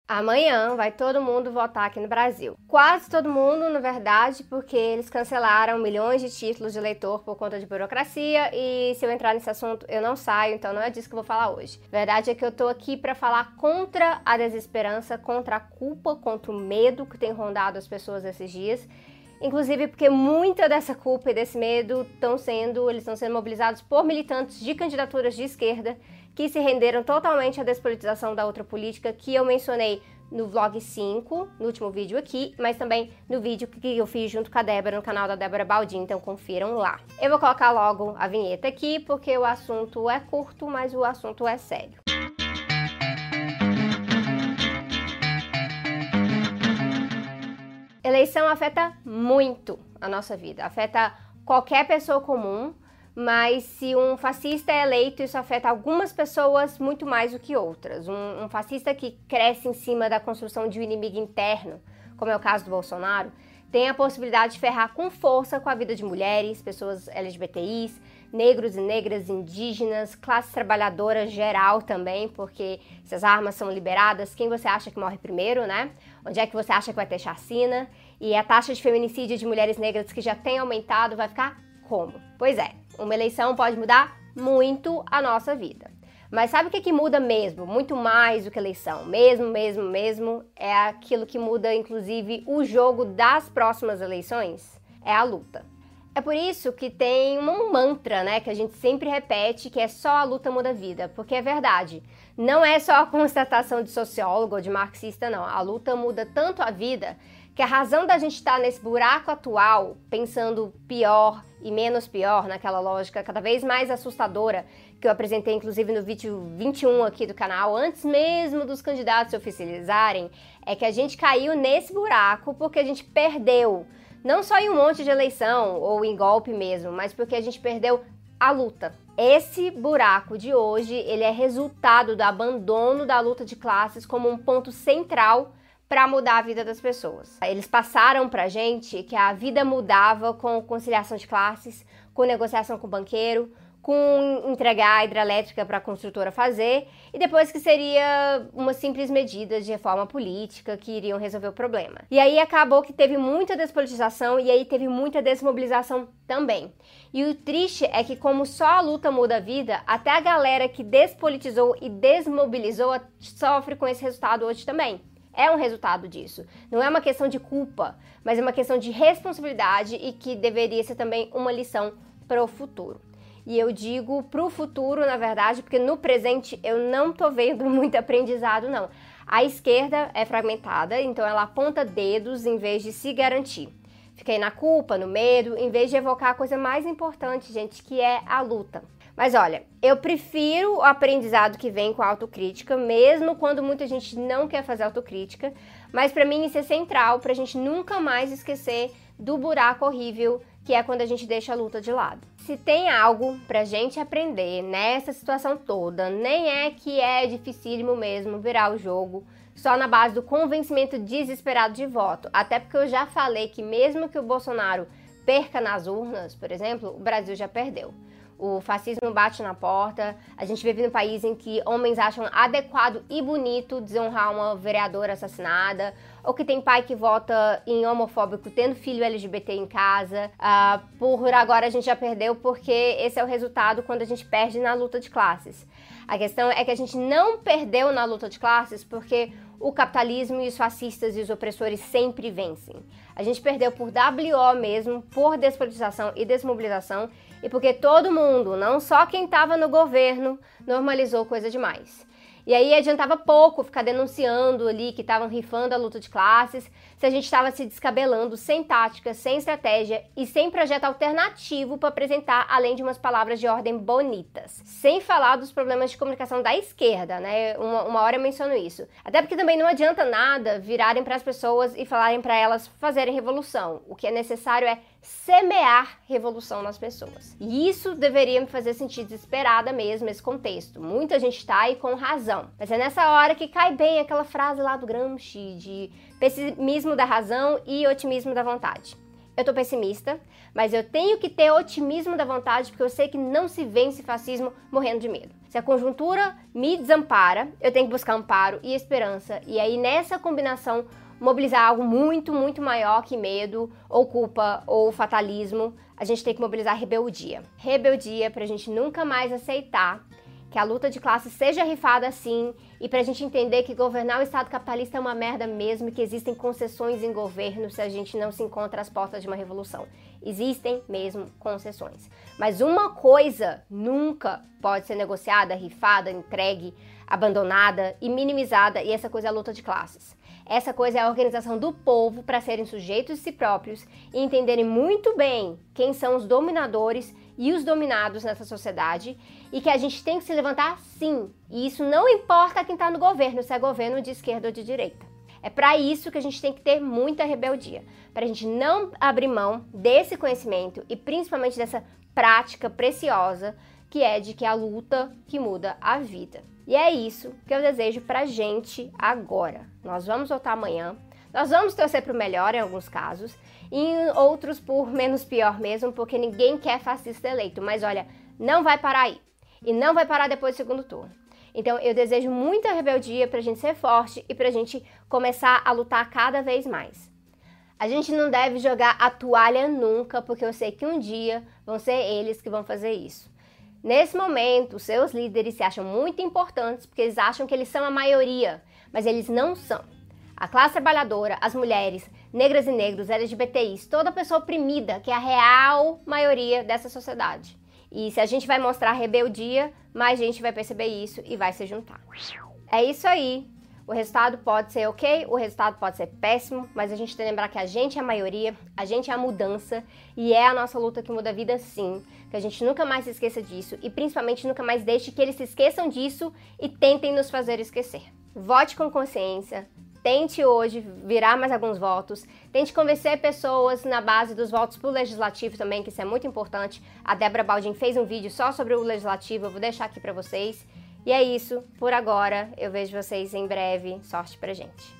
Amanhã vai todo mundo votar aqui no Brasil. Quase todo mundo, na verdade, porque eles cancelaram milhões de títulos de eleitor por conta de burocracia e se eu entrar nesse assunto eu não saio, então não é disso que eu vou falar hoje. A verdade é que eu tô aqui para falar contra a desesperança, contra a culpa, contra o medo que tem rondado as pessoas esses dias. Inclusive porque muita dessa culpa e desse medo eles estão sendo mobilizados por militantes de candidaturas de esquerda que se renderam totalmente à despolitização da outra política que eu mencionei no vlog 5, no último vídeo aqui, mas também no vídeo que eu fiz junto com a Débora no canal da Débora Baldin, então confiram lá. Eu vou colocar logo a vinheta aqui porque o assunto é curto, mas o assunto é sério. Eleição afeta muito a nossa vida, afeta qualquer pessoa comum, mas se um fascista é eleito, isso afeta algumas pessoas muito mais do que outras. Um fascista que cresce em cima da construção de um inimigo interno, como é o caso do Bolsonaro, tem a possibilidade de ferrar com força com a vida de mulheres, pessoas LGBTIs, negros e negras, indígenas, classe trabalhadora geral também, porque se as armas são liberadas, quem você acha que morre primeiro, né? Onde é que você acha que vai ter chacina? E a taxa de feminicídio de mulheres negras que já tem aumentado vai ficar como? Pois é, uma eleição pode mudar muito a nossa vida. Mas sabe o que muda mesmo? Muito mais do que eleição. Mesmo, é aquilo que muda, inclusive, o jogo das próximas eleições. É a luta. É por isso que tem um mantra, né, que a gente sempre repete, que é só a luta muda a vida. Porque é verdade. Não é só a constatação de sociólogo ou de marxista, não. A luta muda tanto a vida que a razão da gente estar nesse buraco atual, pensando pior e menos pior, naquela lógica cada vez mais assustadora, que eu apresentei inclusive no vídeo 21 aqui do canal, antes mesmo dos candidatos se oficializarem, é que a gente caiu nesse buraco porque a gente perdeu, não só em um monte de eleição ou em golpe mesmo, mas porque a gente perdeu a luta. Esse buraco de hoje, ele é resultado do abandono da luta de classes como um ponto central para mudar a vida das pessoas. Eles passaram pra gente que a vida mudava com conciliação de classes, com negociação com o banqueiro, com entregar a hidrelétrica para a construtora fazer, e depois que seria uma simples medida de reforma política que iriam resolver o problema. E aí acabou que teve muita despolitização e aí teve muita desmobilização também. E o triste é que como só a luta muda a vida, até a galera que despolitizou e desmobilizou sofre com esse resultado hoje também. É um resultado disso. Não é uma questão de culpa, mas é uma questão de responsabilidade e que deveria ser também uma lição para o futuro. E eu digo para o futuro, na verdade, porque no presente eu não tô vendo muito aprendizado, não. A esquerda é fragmentada, então ela aponta dedos em vez de se garantir. Fiquei na culpa, no medo, em vez de evocar a coisa mais importante, gente, que é a luta. Mas olha, eu prefiro o aprendizado que vem com a autocrítica, mesmo quando muita gente não quer fazer autocrítica, mas pra mim isso é central pra gente nunca mais esquecer do buraco horrível que é quando a gente deixa a luta de lado. Se tem algo pra gente aprender nessa situação toda, nem é que é dificílimo mesmo virar o jogo só na base do convencimento desesperado de voto, até porque eu já falei que mesmo que o Bolsonaro perca nas urnas, por exemplo, o Brasil já perdeu. O fascismo bate na porta, a gente vive num país em que homens acham adequado e bonito desonrar uma vereadora assassinada, ou que tem pai que vota em homofóbico tendo filho LGBT em casa. Por agora a gente já perdeu porque esse é o resultado quando a gente perde na luta de classes. A questão é que a gente não perdeu na luta de classes porque o capitalismo e os fascistas e os opressores sempre vencem. A gente perdeu por WO mesmo, por despolitização e desmobilização, e porque todo mundo, não só quem estava no governo, normalizou coisa demais. E aí adiantava pouco ficar denunciando ali que estavam rifando a luta de classes, se a gente estava se descabelando sem tática, sem estratégia e sem projeto alternativo para apresentar, além de umas palavras de ordem bonitas. Sem falar dos problemas de comunicação da esquerda, né? Uma hora eu menciono isso. Até porque também não adianta nada virarem para as pessoas e falarem para elas fazerem revolução. O que é necessário é semear revolução nas pessoas. E isso deveria me fazer sentir desesperada mesmo, esse contexto. Muita gente tá aí com razão. Mas é nessa hora que cai bem aquela frase lá do Gramsci de pessimismo da razão e otimismo da vontade. Eu tô pessimista, mas eu tenho que ter otimismo da vontade porque eu sei que não se vence fascismo morrendo de medo. Se a conjuntura me desampara, eu tenho que buscar amparo e esperança. E aí, nessa combinação, mobilizar algo muito, muito maior que medo, ou culpa, ou fatalismo. A gente tem que mobilizar rebeldia. Rebeldia pra gente nunca mais aceitar que a luta de classe seja rifada assim, e pra gente entender que governar o Estado capitalista é uma merda mesmo, e que existem concessões em governo se a gente não se encontra às portas de uma revolução. Existem mesmo concessões. Mas uma coisa nunca pode ser negociada, rifada, entregue, abandonada e minimizada, e essa coisa é a luta de classes. Essa coisa é a organização do povo para serem sujeitos de si próprios e entenderem muito bem quem são os dominadores e os dominados nessa sociedade, e que a gente tem que se levantar sim. E isso não importa quem está no governo, se é governo de esquerda ou de direita. É para isso que a gente tem que ter muita rebeldia, para a gente não abrir mão desse conhecimento e principalmente dessa prática preciosa que é de que é a luta que muda a vida. E é isso que eu desejo pra gente agora. Nós vamos voltar amanhã, nós vamos torcer pro melhor em alguns casos, e em outros por menos pior mesmo, porque ninguém quer fascista eleito. Mas olha, não vai parar aí. E não vai parar depois do segundo turno. Então eu desejo muita rebeldia pra gente ser forte e pra gente começar a lutar cada vez mais. A gente não deve jogar a toalha nunca, porque eu sei que um dia vão ser eles que vão fazer isso. Nesse momento, os seus líderes se acham muito importantes porque eles acham que eles são a maioria, mas eles não são. A classe trabalhadora, as mulheres, negras e negros, LGBTIs, toda pessoa oprimida, que é a real maioria dessa sociedade. E se a gente vai mostrar rebeldia, mais gente vai perceber isso e vai se juntar. É isso aí. O resultado pode ser ok, o resultado pode ser péssimo, mas a gente tem que lembrar que a gente é a maioria, a gente é a mudança e é a nossa luta que muda a vida sim. Que a gente nunca mais se esqueça disso e principalmente nunca mais deixe que eles se esqueçam disso e tentem nos fazer esquecer. Vote com consciência. Tente hoje virar mais alguns votos, tente convencer pessoas na base dos votos pro Legislativo também, que isso é muito importante. A Débora Baldin fez um vídeo só sobre o Legislativo, eu vou deixar aqui pra vocês. E é isso, por agora, eu vejo vocês em breve, sorte pra gente.